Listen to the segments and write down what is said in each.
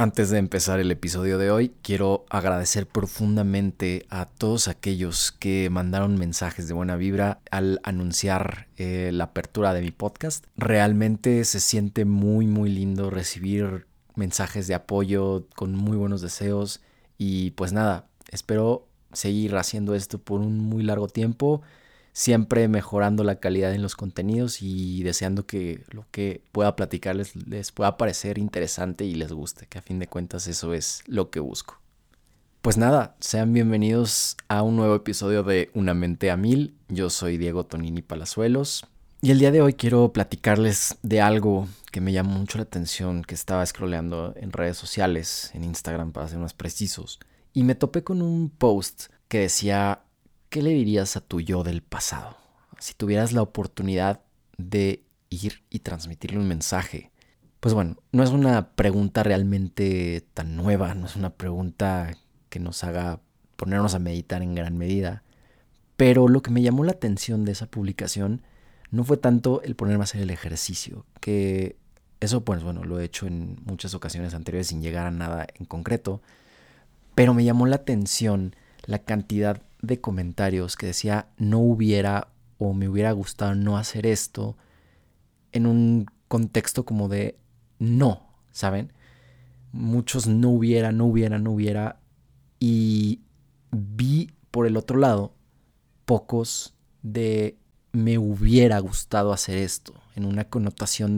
Antes de empezar el episodio de hoy, quiero agradecer profundamente a todos aquellos que mandaron mensajes de buena vibra al anunciar la apertura de mi podcast. Realmente se siente muy lindo recibir mensajes de apoyo con muy buenos deseos y pues nada, espero seguir haciendo esto por un muy largo tiempo, siempre mejorando la calidad en los contenidos y deseando que lo que pueda platicarles les pueda parecer interesante y les guste, que a fin de cuentas eso es lo que busco. Pues nada, sean bienvenidos a un nuevo episodio de Una mente a mil. Yo soy Diego Tonini Palazuelos y el día de hoy quiero platicarles de algo que me llamó mucho la atención, que estaba scrolleando en redes sociales, en Instagram para ser más precisos, y me topé con un post que decía: ¿qué le dirías a tu yo del pasado si tuvieras la oportunidad de ir y transmitirle un mensaje? Pues bueno, no es una pregunta realmente tan nueva, no es una pregunta que nos haga ponernos a meditar en gran medida, pero lo que me llamó la atención de esa publicación no fue tanto el ponerme a hacer el ejercicio, que eso pues bueno, lo he hecho en muchas ocasiones anteriores sin llegar a nada en concreto, pero me llamó la atención la cantidad de comentarios que decía no hubiera o me hubiera gustado no hacer esto en un contexto como de no, ¿saben? Muchos no hubiera y vi por el otro lado pocos de me hubiera gustado hacer esto en una connotación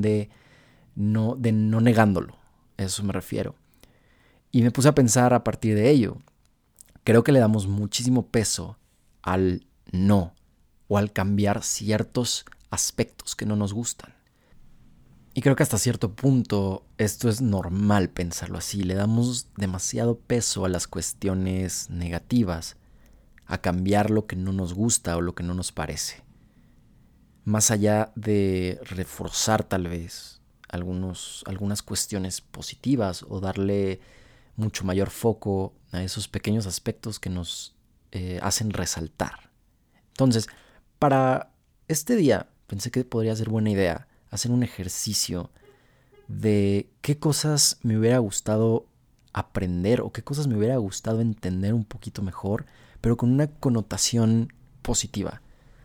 de no negándolo, a eso me refiero. Y me puse a pensar a partir de ello. Creo que le damos muchísimo peso al no o al cambiar ciertos aspectos que no nos gustan. Y creo que hasta cierto punto esto es normal pensarlo así. Le damos demasiado peso a las cuestiones negativas, a cambiar lo que no nos gusta o lo que no nos parece. Más allá de reforzar tal vez algunas cuestiones positivas o darle mucho mayor foco a esos pequeños aspectos que nos hacen resaltar. Entonces, para este día pensé que podría ser buena idea hacer un ejercicio de qué cosas me hubiera gustado aprender o qué cosas me hubiera gustado entender un poquito mejor, pero con una connotación positiva.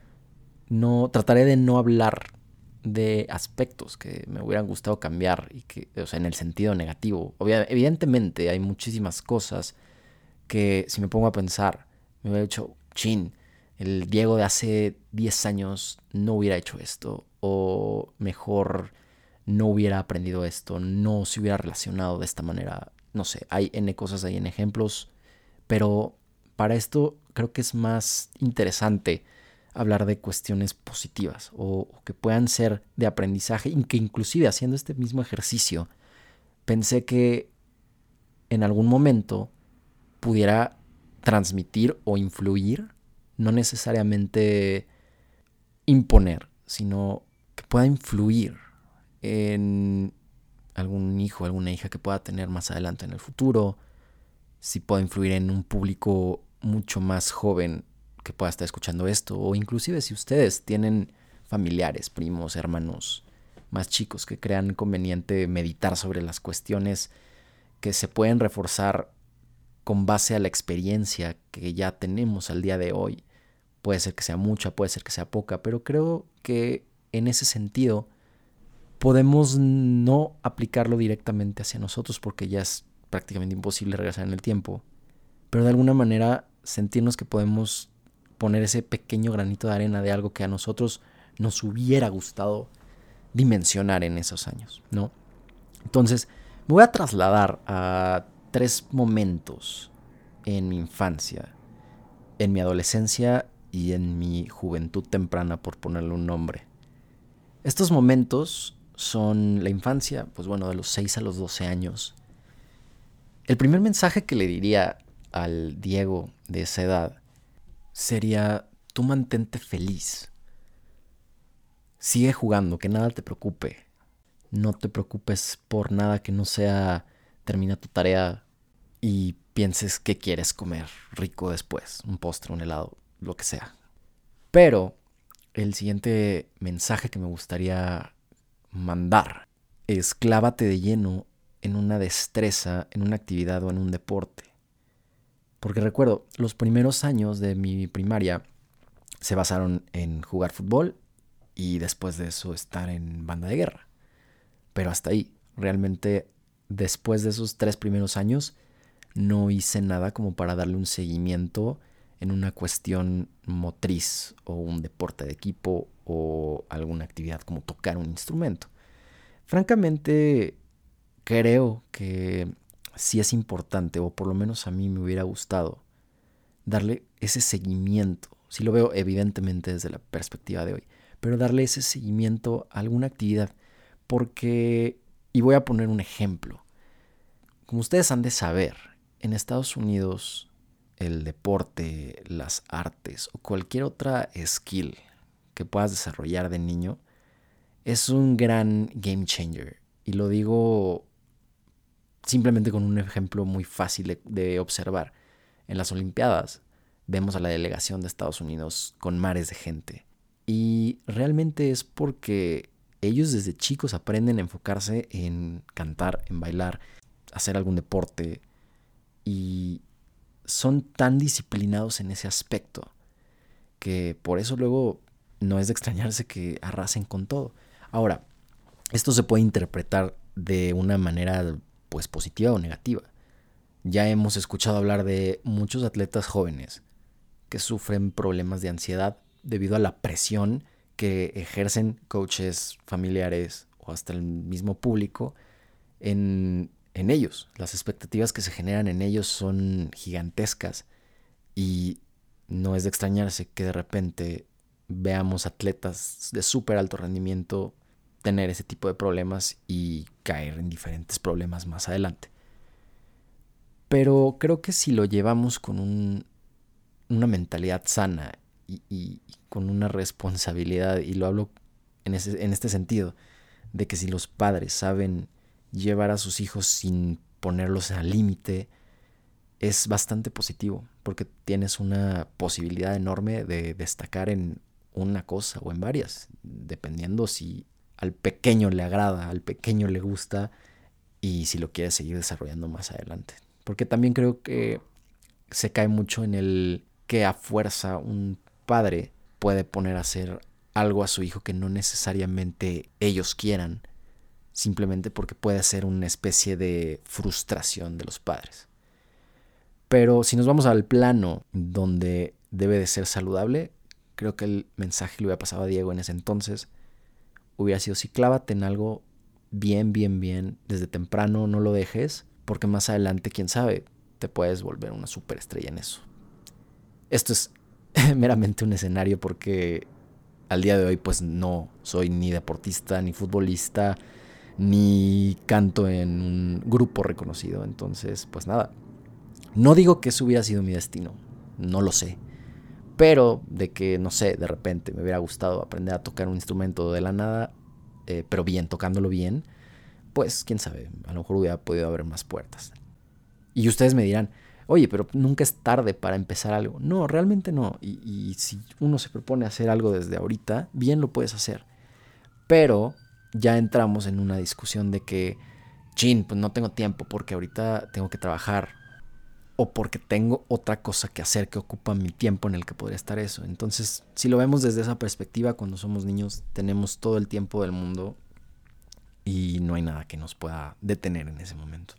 No trataré de no hablar de aspectos que me hubieran gustado cambiar y que, o sea, en el sentido negativo. Evidentemente hay muchísimas cosas que si me pongo a pensar, me hubiera dicho, chin, el Diego de hace 10 años no hubiera hecho esto, o mejor no hubiera aprendido esto, no se hubiera relacionado de esta manera. No sé, hay N cosas, hay N ejemplos, pero para esto creo que es más interesante hablar de cuestiones positivas o que puedan ser de aprendizaje y que inclusive haciendo este mismo ejercicio pensé que en algún momento pudiera transmitir o influir, no necesariamente imponer, sino que pueda influir en algún hijo, alguna hija que pueda tener más adelante en el futuro, si pueda influir en un público mucho más joven que pueda estar escuchando esto, o inclusive si ustedes tienen familiares, primos, hermanos más chicos que crean conveniente meditar sobre las cuestiones que se pueden reforzar con base a la experiencia que ya tenemos al día de hoy. Puede ser que sea mucha, puede ser que sea poca, pero creo que en ese sentido podemos no aplicarlo directamente hacia nosotros porque ya es prácticamente imposible regresar en el tiempo, pero de alguna manera sentirnos que podemos poner ese pequeño granito de arena de algo que a nosotros nos hubiera gustado dimensionar en esos años, ¿no? Entonces, me voy a trasladar a 3 momentos en mi infancia, en mi adolescencia y en mi juventud temprana, por ponerle un nombre. Estos momentos son la infancia, pues bueno, de los 6 a los 12 años. El primer mensaje que le diría al Diego de esa edad sería: tú mantente feliz. Sigue jugando, que nada te preocupe. No te preocupes por nada que no sea termina tu tarea y pienses qué quieres comer rico después, un postre, un helado, lo que sea. Pero el siguiente mensaje que me gustaría mandar es: clávate de lleno en una destreza, en una actividad o en un deporte. Porque recuerdo, los primeros años de mi primaria se basaron en jugar fútbol y después de eso estar en banda de guerra. Pero hasta ahí, realmente después de esos 3 primeros años no hice nada como para darle un seguimiento en una cuestión motriz o un deporte de equipo o alguna actividad como tocar un instrumento. Francamente, creo que sí es importante, o por lo menos a mí me hubiera gustado, darle ese seguimiento. Sí lo veo evidentemente desde la perspectiva de hoy, pero darle ese seguimiento a alguna actividad. Porque, y voy a poner un ejemplo, como ustedes han de saber, en Estados Unidos el deporte, las artes o cualquier otra skill que puedas desarrollar de niño es un gran game changer. Y lo digo simplemente con un ejemplo muy fácil de observar. En las Olimpiadas vemos a la delegación de Estados Unidos con mares de gente. Y realmente es porque ellos desde chicos aprenden a enfocarse en cantar, en bailar, hacer algún deporte. Y son tan disciplinados en ese aspecto que por eso luego no es de extrañarse que arrasen con todo. Ahora, esto se puede interpretar de una manera pues positiva o negativa. Ya hemos escuchado hablar de muchos atletas jóvenes que sufren problemas de ansiedad debido a la presión que ejercen coaches, familiares o hasta el mismo público en ellos. Las expectativas que se generan en ellos son gigantescas y no es de extrañarse que de repente veamos atletas de súper alto rendimiento tener ese tipo de problemas y caer en diferentes problemas más adelante. Pero creo que si lo llevamos con una mentalidad sana y con una responsabilidad, y lo hablo en este sentido, de que si los padres saben llevar a sus hijos sin ponerlos al límite, es bastante positivo, porque tienes una posibilidad enorme de destacar en una cosa o en varias, dependiendo si al pequeño le agrada, al pequeño le gusta y si lo quiere seguir desarrollando más adelante. Porque también creo que se cae mucho en el que a fuerza un padre puede poner a hacer algo a su hijo que no necesariamente ellos quieran, simplemente porque puede ser una especie de frustración de los padres. Pero si nos vamos al plano donde debe de ser saludable, creo que el mensaje le hubiera pasado a Diego en ese entonces hubiera sido: si clávate en algo bien, bien, bien, desde temprano, no lo dejes, porque más adelante, quién sabe, te puedes volver una superestrella en eso. Esto es meramente un escenario porque al día de hoy pues no soy ni deportista, ni futbolista, ni canto en un grupo reconocido. Entonces, pues nada, no digo que eso hubiera sido mi destino, no lo sé. Pero de que, no sé, de repente me hubiera gustado aprender a tocar un instrumento de la nada, pero bien, tocándolo bien, pues quién sabe, a lo mejor hubiera podido haber más puertas. Y ustedes me dirán: oye, pero nunca es tarde para empezar algo. No, realmente no. Y si uno se propone hacer algo desde ahorita, bien lo puedes hacer. Pero ya entramos en una discusión de que, chin, pues no tengo tiempo porque ahorita tengo que trabajar, o porque tengo otra cosa que hacer que ocupa mi tiempo en el que podría estar eso. Entonces, si lo vemos desde esa perspectiva, cuando somos niños tenemos todo el tiempo del mundo y no hay nada que nos pueda detener en ese momento.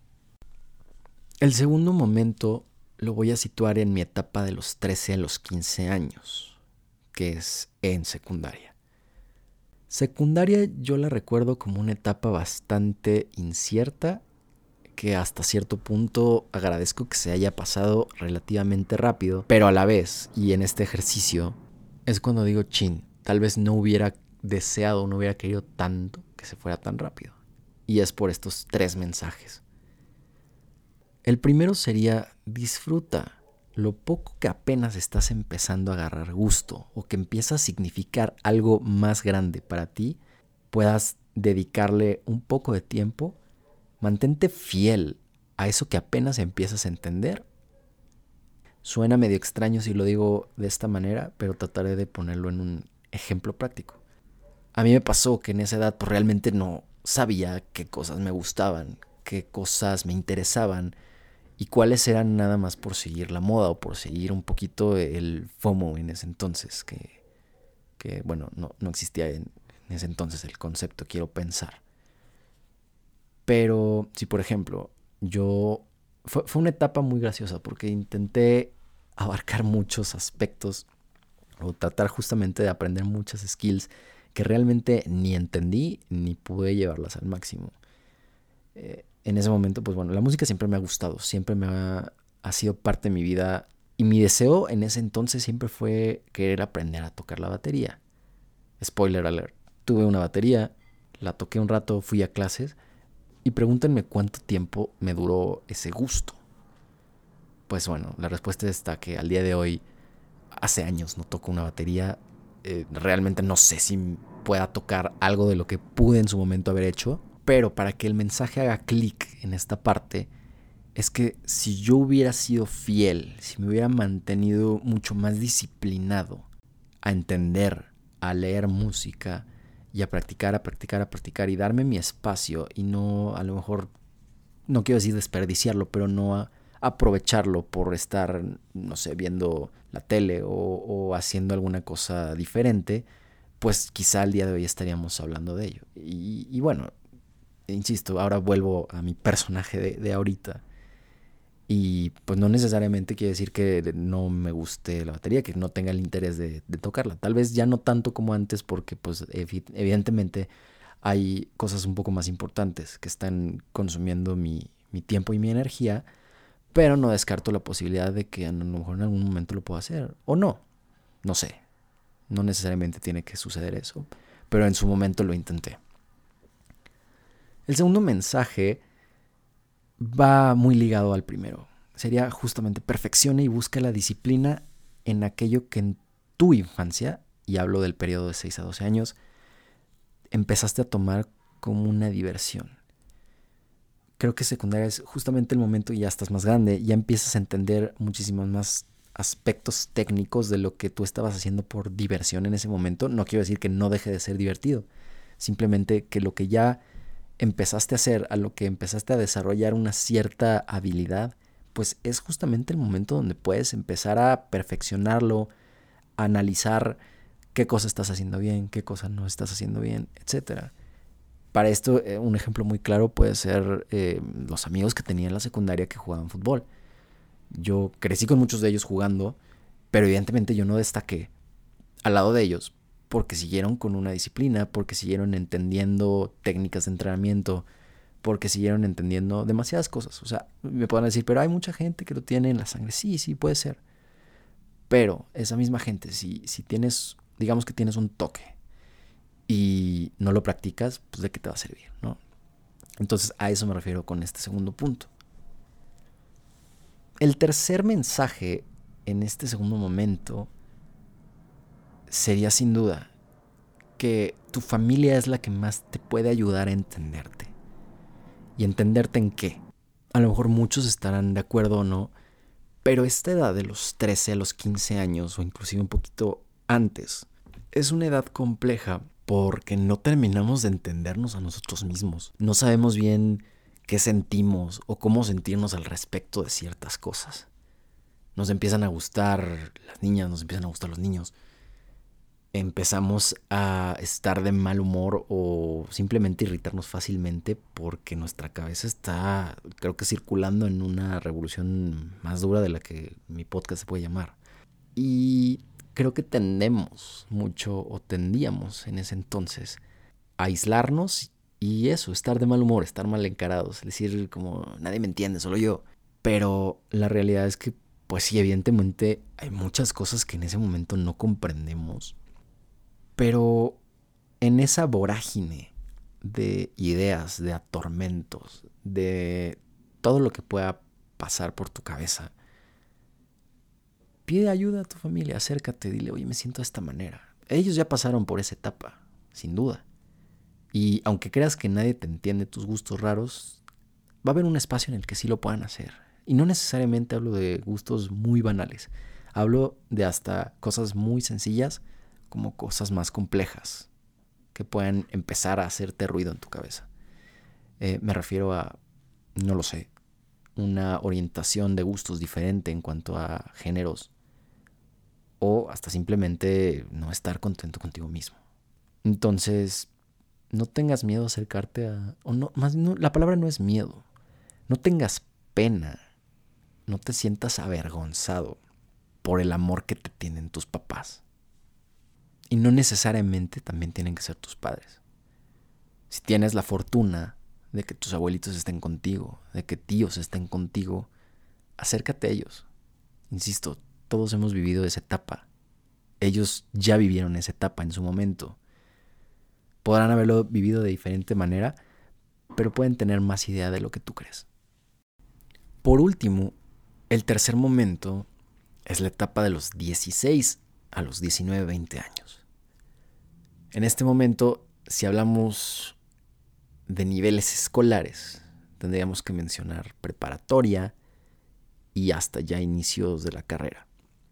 El segundo momento lo voy a situar en mi etapa de los 13 a los 15 años, que es en secundaria. Secundaria yo la recuerdo como una etapa bastante incierta, que hasta cierto punto agradezco que se haya pasado relativamente rápido, pero a la vez, y en este ejercicio, es cuando digo, chin, tal vez no hubiera deseado, no hubiera querido tanto que se fuera tan rápido. Y es por estos 3 mensajes. El primero sería: disfruta lo poco que apenas estás empezando a agarrar gusto o que empieza a significar algo más grande para ti, puedas dedicarle un poco de tiempo. Mantente fiel a eso que apenas empiezas a entender. Suena medio extraño si lo digo de esta manera, pero trataré de ponerlo en un ejemplo práctico. A mí me pasó que en esa edad pues realmente no sabía qué cosas me gustaban, qué cosas me interesaban y cuáles eran nada más por seguir la moda o por seguir un poquito el FOMO en ese entonces, que bueno, no existía en ese entonces el concepto, quiero pensar. Pero si por ejemplo fue una etapa muy graciosa porque intenté abarcar muchos aspectos o tratar justamente de aprender muchas skills que realmente ni entendí ni pude llevarlas al máximo. En ese momento, pues bueno, la música siempre me ha gustado, siempre ha sido parte de mi vida y mi deseo en ese entonces siempre fue querer aprender a tocar la batería. Spoiler alert, tuve una batería, la toqué un rato, fui a clases y pregúntenme cuánto tiempo me duró ese gusto. Pues bueno, la respuesta está que al día de hoy, hace años no toco una batería. Realmente no sé si pueda tocar algo de lo que pude en su momento haber hecho. Pero para que el mensaje haga clic en esta parte, es que si yo hubiera sido fiel, si me hubiera mantenido mucho más disciplinado a entender, a leer música y a practicar, a practicar, a practicar y darme mi espacio y no, a lo mejor, no quiero decir desperdiciarlo, pero no aprovecharlo por estar, no sé, viendo la tele o haciendo alguna cosa diferente, pues quizá al día de hoy estaríamos hablando de ello. Y bueno, insisto, ahora vuelvo a mi personaje de ahorita. Y pues no necesariamente quiere decir que no me guste la batería, que no tenga el interés de tocarla. Tal vez ya no tanto como antes porque pues evidentemente hay cosas un poco más importantes que están consumiendo mi tiempo y mi energía, pero no descarto la posibilidad de que a lo mejor en algún momento lo pueda hacer. O no, no sé. No necesariamente tiene que suceder eso, pero en su momento lo intenté. El segundo mensaje va muy ligado al primero. Sería justamente perfecciona y busca la disciplina en aquello que en tu infancia, y hablo del periodo de 6 a 12 años, empezaste a tomar como una diversión. Creo que secundaria es justamente el momento y ya estás más grande, ya empiezas a entender muchísimos más aspectos técnicos de lo que tú estabas haciendo por diversión en ese momento. No quiero decir que no deje de ser divertido, simplemente que lo que ya empezaste a hacer, a lo que empezaste a desarrollar una cierta habilidad, pues es justamente el momento donde puedes empezar a perfeccionarlo, a analizar qué cosa estás haciendo bien, qué cosa no estás haciendo bien, etcétera. Para esto, un ejemplo muy claro puede ser los amigos que tenía en la secundaria que jugaban fútbol. Yo crecí con muchos de ellos jugando, pero evidentemente yo no destaqué al lado de ellos porque siguieron con una disciplina, porque siguieron entendiendo técnicas de entrenamiento, porque siguieron entendiendo demasiadas cosas. O sea, me pueden decir, pero hay mucha gente que lo tiene en la sangre. Sí, sí, puede ser. Pero esa misma gente, si tienes, digamos que tienes un toque y no lo practicas, pues de qué te va a servir, ¿no? Entonces a eso me refiero con este segundo punto. El tercer mensaje en este segundo momento sería sin duda que tu familia es la que más te puede ayudar a entenderte. ¿Y entenderte en qué? A lo mejor muchos estarán de acuerdo o no, pero esta edad de los 13 a los 15 años o inclusive un poquito antes es una edad compleja porque no terminamos de entendernos a nosotros mismos. No sabemos bien qué sentimos o cómo sentirnos al respecto de ciertas cosas. Nos empiezan a gustar las niñas, nos empiezan a gustar los niños. Empezamos a estar de mal humor o simplemente irritarnos fácilmente porque nuestra cabeza está, creo que circulando en una revolución más dura de la que mi podcast se puede llamar. Y creo que tendemos mucho o tendíamos en ese entonces a aislarnos y eso, estar de mal humor, estar mal encarados, es decir, como nadie me entiende, solo yo. Pero la realidad es que, pues sí, evidentemente hay muchas cosas que en ese momento no comprendemos. Pero en esa vorágine de ideas, de atormentos, de todo lo que pueda pasar por tu cabeza, pide ayuda a tu familia, acércate, dile, oye, me siento de esta manera. Ellos ya pasaron por esa etapa, sin duda. Y aunque creas que nadie te entiende tus gustos raros, va a haber un espacio en el que sí lo puedan hacer. Y no necesariamente hablo de gustos muy banales. Hablo de hasta cosas muy sencillas como cosas más complejas que puedan empezar a hacerte ruido en tu cabeza. Me refiero a no lo sé, una orientación de gustos diferente en cuanto a géneros, o hasta simplemente no estar contento contigo mismo. Entonces, no tengas miedo a acercarte a... O no, más no, la palabra no es miedo. No tengas pena. No te sientas avergonzado por el amor que te tienen tus papás. Y no necesariamente también tienen que ser tus padres. Si tienes la fortuna de que tus abuelitos estén contigo, de que tíos estén contigo, acércate a ellos. Insisto, todos hemos vivido esa etapa. Ellos ya vivieron esa etapa en su momento. Podrán haberlo vivido de diferente manera, pero pueden tener más idea de lo que tú crees. Por último, el tercer momento es la etapa de los 16 a los 19, 20 años. En este momento, si hablamos de niveles escolares, tendríamos que mencionar preparatoria y hasta ya inicios de la carrera.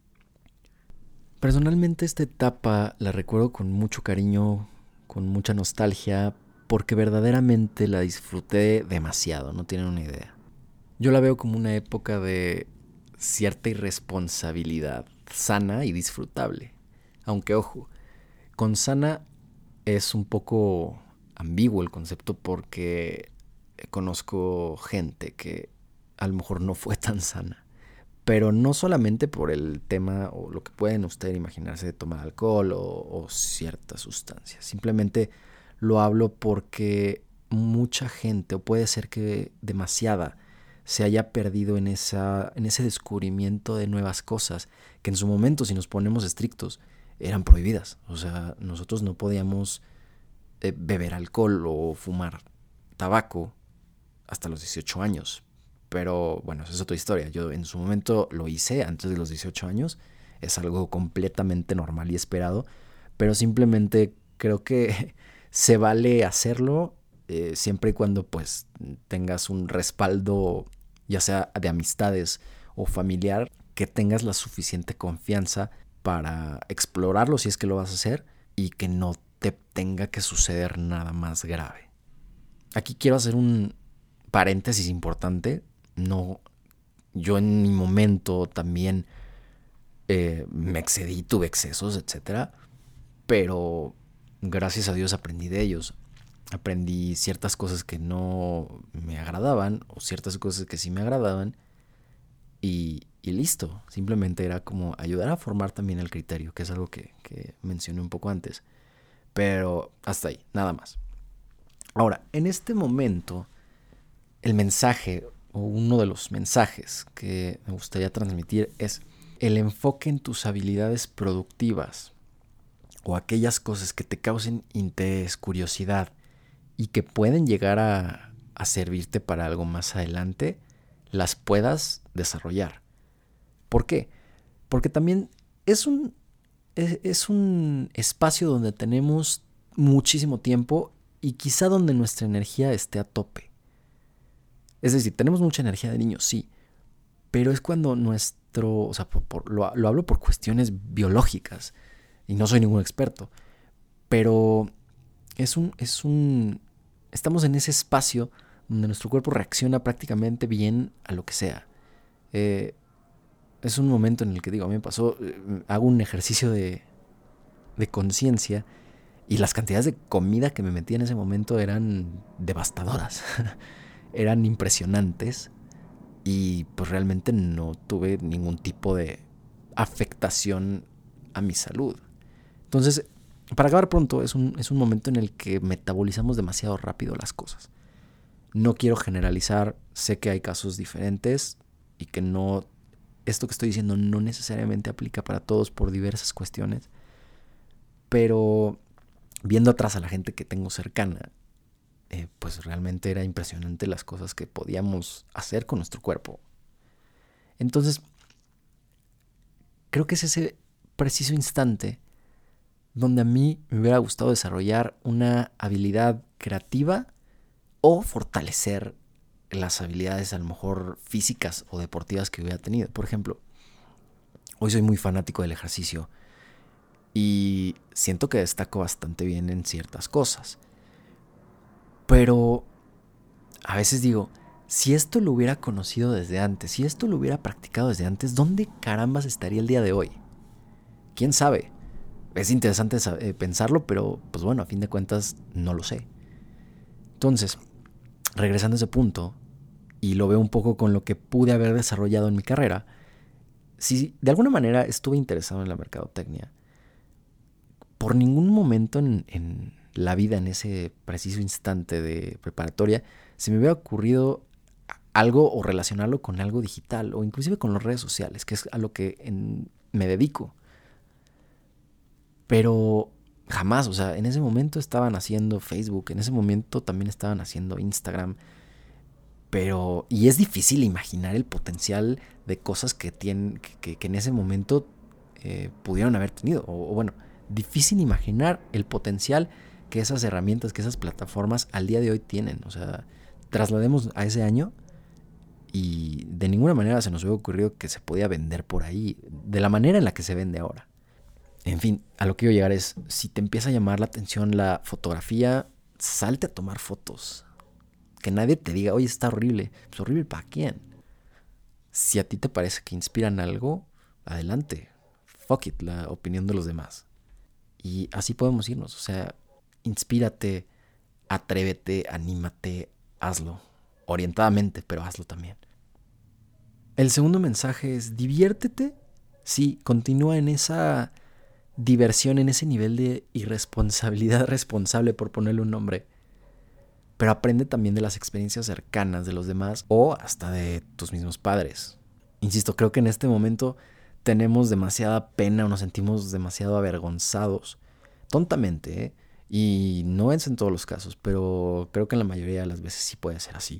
Personalmente esta etapa la recuerdo con mucho cariño, con mucha nostalgia, porque verdaderamente la disfruté demasiado, no tienen una idea. Yo la veo como una época de cierta irresponsabilidad, sana y disfrutable. Aunque ojo, con sana es un poco ambiguo el concepto porque conozco gente que a lo mejor no fue tan sana. Pero no solamente por el tema o lo que pueden ustedes imaginarse de tomar alcohol o ciertas sustancias. Simplemente lo hablo porque mucha gente, o puede ser que demasiada, se haya perdido en ese descubrimiento de nuevas cosas que en su momento, si nos ponemos estrictos, eran prohibidas. O sea, nosotros no podíamos beber alcohol o fumar tabaco hasta los 18 años. Pero bueno, esa es otra historia. Yo en su momento lo hice antes de los 18 años. Es algo completamente normal y esperado. Pero simplemente creo que se vale hacerlo siempre y cuando pues tengas un respaldo, ya sea de amistades o familiar, que tengas la suficiente confianza para explorarlo si es que lo vas a hacer y que no te tenga que suceder nada más grave. Aquí quiero hacer un paréntesis importante. No, yo en mi momento también me excedí, tuve excesos, etcétera, pero gracias a Dios aprendí de ellos. Aprendí ciertas cosas que no me agradaban o ciertas cosas que sí me agradaban y listo. Simplemente era como ayudar a formar también el criterio, que es algo que mencioné un poco antes. Pero hasta ahí, nada más. Ahora, en este momento, el mensaje o uno de los mensajes que me gustaría transmitir es el enfoque en tus habilidades productivas o aquellas cosas que te causen interés, curiosidad y que pueden llegar a servirte para algo más adelante, las puedas desarrollar. ¿Por qué? Porque también es un espacio donde tenemos muchísimo tiempo y quizá donde nuestra energía esté a tope. Es decir, tenemos mucha energía de niños, sí, pero es cuando o sea, lo hablo por cuestiones biológicas y no soy ningún experto, pero estamos en ese espacio donde nuestro cuerpo reacciona prácticamente bien a lo que sea. Es un momento en el que digo, a mí me pasó, hago un ejercicio de conciencia y las cantidades de comida que me metí en ese momento eran devastadoras, eran impresionantes y pues realmente no tuve ningún tipo de afectación a mi salud. Entonces, para acabar pronto, es un momento en el que metabolizamos demasiado rápido las cosas. No quiero generalizar, sé que hay casos diferentes y que no, esto que estoy diciendo no necesariamente aplica para todos por diversas cuestiones, pero viendo atrás a la gente que tengo cercana, pues realmente era impresionante las cosas que podíamos hacer con nuestro cuerpo. Entonces, creo que es ese preciso instante donde a mí me hubiera gustado desarrollar una habilidad creativa o fortalecer las habilidades a lo mejor físicas o deportivas que hubiera tenido. Por ejemplo, hoy soy muy fanático del ejercicio y siento que destaco bastante bien en ciertas cosas. Pero a veces digo, Si esto lo hubiera conocido desde antes, si esto lo hubiera practicado desde antes, ¿dónde carambas estaría el día de hoy? ¿Quién sabe? Es interesante pensarlo, pero pues bueno, a fin de cuentas no lo sé. Entonces, regresando a ese punto, y lo veo un poco con lo que pude haber desarrollado en mi carrera, si de alguna manera estuve interesado en la mercadotecnia, por ningún momento en la vida, en ese preciso instante de preparatoria, se me hubiera ocurrido algo o relacionarlo con algo digital o inclusive con las redes sociales, que es a lo que me dedico. Pero jamás, o sea, en ese momento estaban haciendo Facebook, en ese momento también estaban haciendo Instagram, pero y es difícil imaginar el potencial de cosas que tienen que en ese momento pudieron haber tenido, o bueno, difícil imaginar el potencial que esas herramientas, que esas plataformas al día de hoy tienen. O sea, traslademos a ese año y de ninguna manera se nos hubiera ocurrido que se podía vender por ahí de la manera en la que se vende ahora. En fin, a lo que quiero llegar es, si te empieza a llamar la atención la fotografía, salte a tomar fotos. Que nadie te diga, oye, está horrible. ¿Es horrible para quién? Si a ti te parece que inspiran algo, adelante. Fuck it, la opinión de los demás. Y así podemos irnos. O sea, inspírate, atrévete, anímate, hazlo. Orientadamente, pero hazlo también. El segundo mensaje es diviértete. Sí, continúa en esa diversión, en ese nivel de irresponsabilidad responsable, por ponerle un nombre. Pero aprende también de las experiencias cercanas de los demás o hasta de tus mismos padres. Insisto, creo que en este momento tenemos demasiada pena o nos sentimos demasiado avergonzados, tontamente, ¿eh? Y no es en todos los casos, pero creo que en la mayoría de las veces sí puede ser así.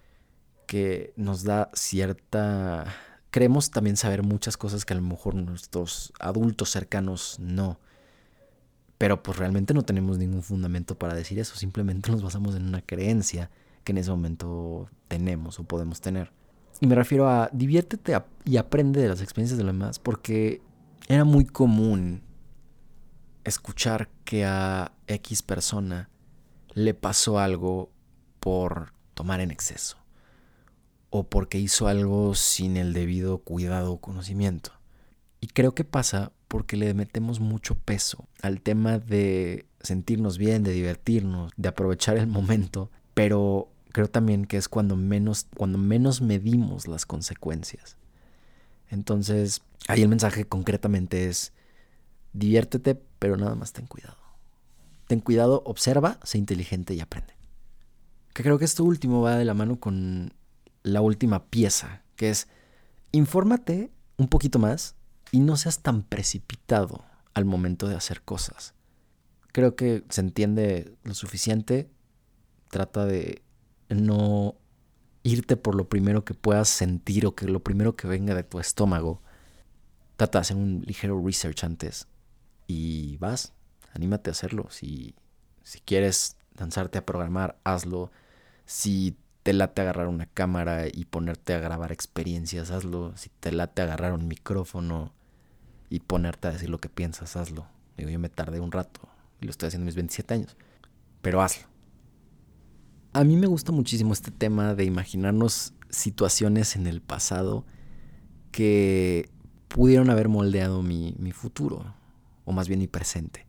Que nos da cierta... Creemos también saber muchas cosas que a lo mejor nuestros adultos cercanos no. Pero pues realmente no tenemos ningún fundamento para decir eso. Simplemente nos basamos en una creencia que en ese momento tenemos o podemos tener. Y me refiero a diviértete y aprende de las experiencias de los demás, porque era muy común escuchar que a X persona le pasó algo por tomar en exceso o porque hizo algo sin el debido cuidado o conocimiento. Y creo que pasa porque le metemos mucho peso al tema de sentirnos bien, de divertirnos, de aprovechar el momento, pero creo también que es cuando menos medimos las consecuencias. Entonces, ahí el mensaje concretamente es diviértete, pero nada más ten cuidado. Ten cuidado, observa, sé inteligente y aprende. Que creo que esto último va de la mano con la última pieza, que es infórmate un poquito más y no seas tan precipitado al momento de hacer cosas. Creo que se entiende lo suficiente. Trata de no irte por lo primero que puedas sentir o que lo primero que venga de tu estómago. Trata de hacer un ligero research antes y vas, anímate a hacerlo. Si quieres lanzarte a programar, hazlo. Si te late agarrar una cámara y ponerte a grabar experiencias, hazlo. Si te late agarrar un micrófono y ponerte a decir lo que piensas, hazlo. Digo, yo me tardé un rato y lo estoy haciendo a mis 27 años, pero hazlo. A mí me gusta muchísimo este tema de imaginarnos situaciones en el pasado que pudieron haber moldeado mi futuro, o más bien mi presente.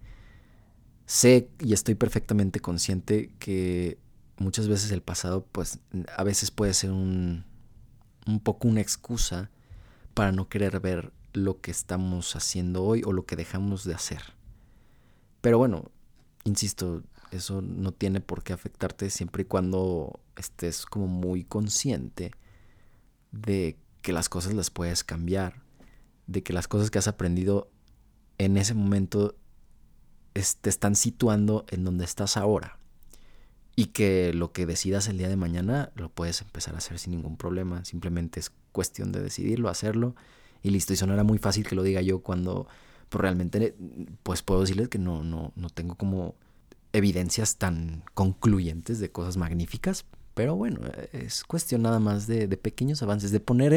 Sé y estoy perfectamente consciente que muchas veces el pasado, pues, a veces puede ser un poco una excusa para no querer ver lo que estamos haciendo hoy o lo que dejamos de hacer. Pero bueno, insisto, eso no tiene por qué afectarte siempre y cuando estés como muy consciente de que las cosas las puedes cambiar, de que las cosas que has aprendido en ese momento te están situando en donde estás ahora y que lo que decidas el día de mañana lo puedes empezar a hacer sin ningún problema. Simplemente es cuestión de decidirlo, hacerlo y listo. Y sonará muy fácil que lo diga yo cuando pues realmente pues puedo decirles que no tengo como evidencias tan concluyentes de cosas magníficas, pero bueno, es cuestión nada más de pequeños avances, de poner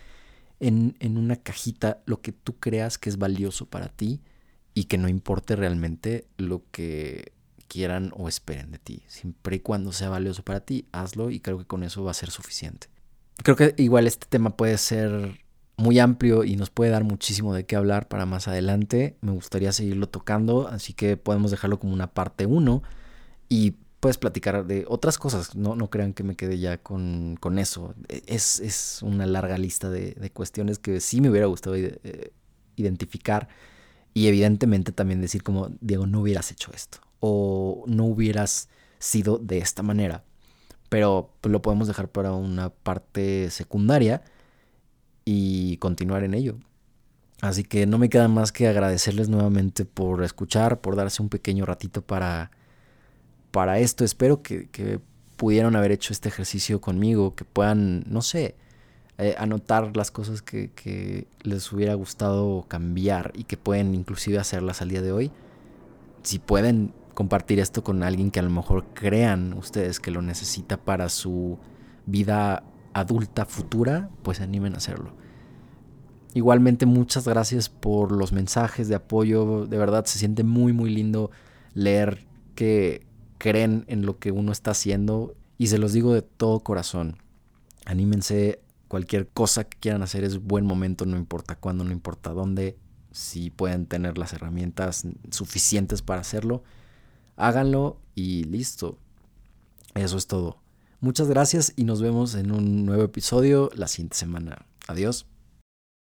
en una cajita lo que tú creas que es valioso para ti y que no importe realmente lo que quieran o esperen de ti. Siempre y cuando sea valioso para ti, hazlo y creo que con eso va a ser suficiente. Creo que igual este tema puede ser muy amplio y nos puede dar muchísimo de qué hablar para más adelante. Me gustaría seguirlo tocando, así que podemos dejarlo como una parte uno y puedes platicar de otras cosas. No crean que me quede ya con eso. Es una larga lista de cuestiones que sí me hubiera gustado identificar y evidentemente también decir como, Diego, no hubieras hecho esto o no hubieras sido de esta manera. Pero pues, lo podemos dejar para una parte secundaria y continuar en ello. Así que no me queda más que agradecerles nuevamente por escuchar, por darse un pequeño ratito para esto. Espero que pudieran haber hecho este ejercicio conmigo, que puedan, no sé, anotar las cosas que les hubiera gustado cambiar y que pueden inclusive hacerlas al día de hoy. Si pueden compartir esto con alguien que a lo mejor crean ustedes que lo necesita para su vida adulta futura, pues animen a hacerlo. Igualmente muchas gracias por los mensajes de apoyo, de verdad se siente muy muy lindo leer que creen en lo que uno está haciendo y se los digo de todo corazón. Anímense, cualquier cosa que quieran hacer es buen momento, no importa cuándo, no importa dónde, si pueden tener las herramientas suficientes para hacerlo, háganlo y listo. Eso es todo. Muchas gracias y nos vemos en un nuevo episodio la siguiente semana. Adiós.